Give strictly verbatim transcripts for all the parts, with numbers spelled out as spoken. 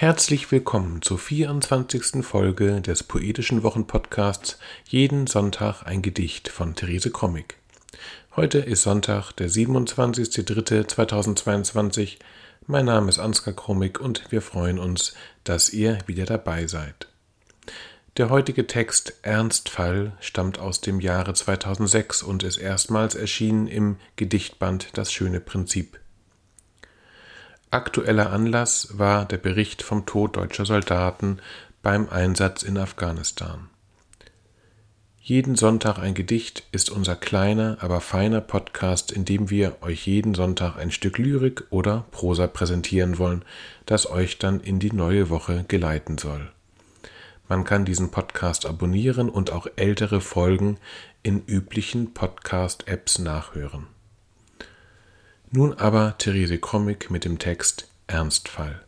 Herzlich willkommen zur vierundzwanzigsten Folge des Poetischen Wochenpodcasts Jeden Sonntag ein Gedicht von Therese Krommig. Heute ist Sonntag, der siebenundzwanzigster dritter zweitausendzweiundzwanzig. Mein Name ist Ansgar Krommig und wir freuen uns, dass ihr wieder dabei seid. Der heutige Text Ernstfall stammt aus dem Jahre zweitausendsechs und ist erstmals erschienen im Gedichtband Das schöne Prinzip. Aktueller Anlass war der Bericht vom Tod deutscher Soldaten beim Einsatz in Afghanistan. Jeden Sonntag ein Gedicht ist unser kleiner, aber feiner Podcast, in dem wir euch jeden Sonntag ein Stück Lyrik oder Prosa präsentieren wollen, das euch dann in die neue Woche geleiten soll. Man kann diesen Podcast abonnieren und auch ältere Folgen in üblichen Podcast-Apps nachhören. Nun aber Therese Krommig mit dem Text Ernstfall.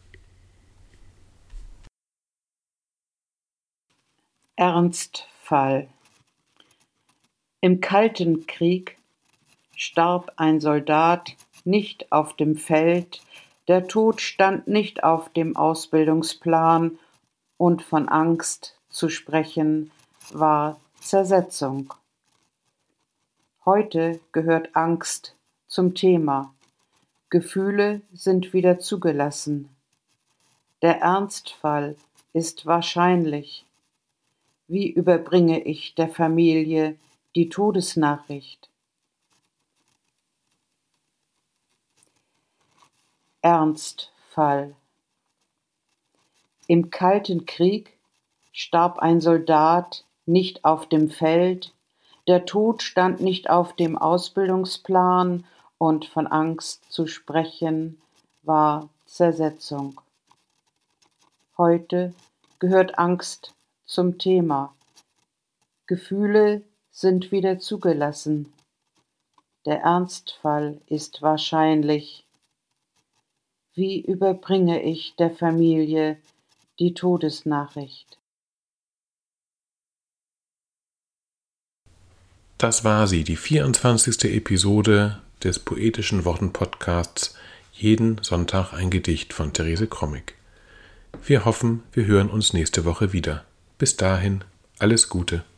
Ernstfall. Im Kalten Krieg starb ein Soldat nicht auf dem Feld, der Tod stand nicht auf dem Ausbildungsplan, und von Angst zu sprechen war Zersetzung. Heute gehört Angst zum Thema. Gefühle sind wieder zugelassen. Der Ernstfall ist wahrscheinlich. Wie überbringe ich der Familie die Todesnachricht? Ernstfall. Im Kalten Krieg starb ein Soldat nicht auf dem Feld, der Tod stand nicht auf dem Ausbildungsplan, und von Angst zu sprechen war Zersetzung. Heute gehört Angst zum Thema. Gefühle sind wieder zugelassen. Der Ernstfall ist wahrscheinlich. Wie überbringe ich der Familie die Todesnachricht? Das war sie, die vierundzwanzigste Episode des Poetischen Wochenpodcasts Jeden Sonntag ein Gedicht von Therese Krommig. Wir hoffen, wir hören uns nächste Woche wieder. Bis dahin, alles Gute.